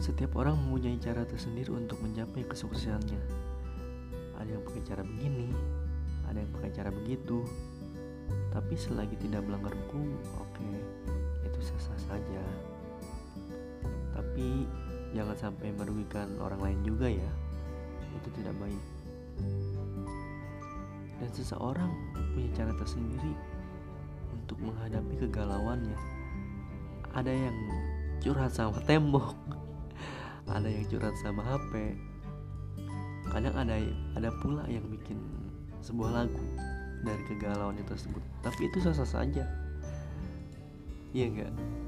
Setiap orang mempunyai cara tersendiri untuk mencapai kesuksesannya. Ada yang pakai cara begini, ada yang pakai cara begitu. Tapi selagi tidak melanggar hukum, oke, itu sah-sah saja. Tapi jangan sampai merugikan orang lain juga ya. Itu tidak baik. Dan seseorang punya cara tersendiri untuk menghadapi kegalauannya. Ada yang curhat sama tembok, ada yang curhat sama HP. Kadang ada pula yang bikin sebuah lagu dari kegalauannya tersebut. Tapi itu sah-sah saja. Iya enggak?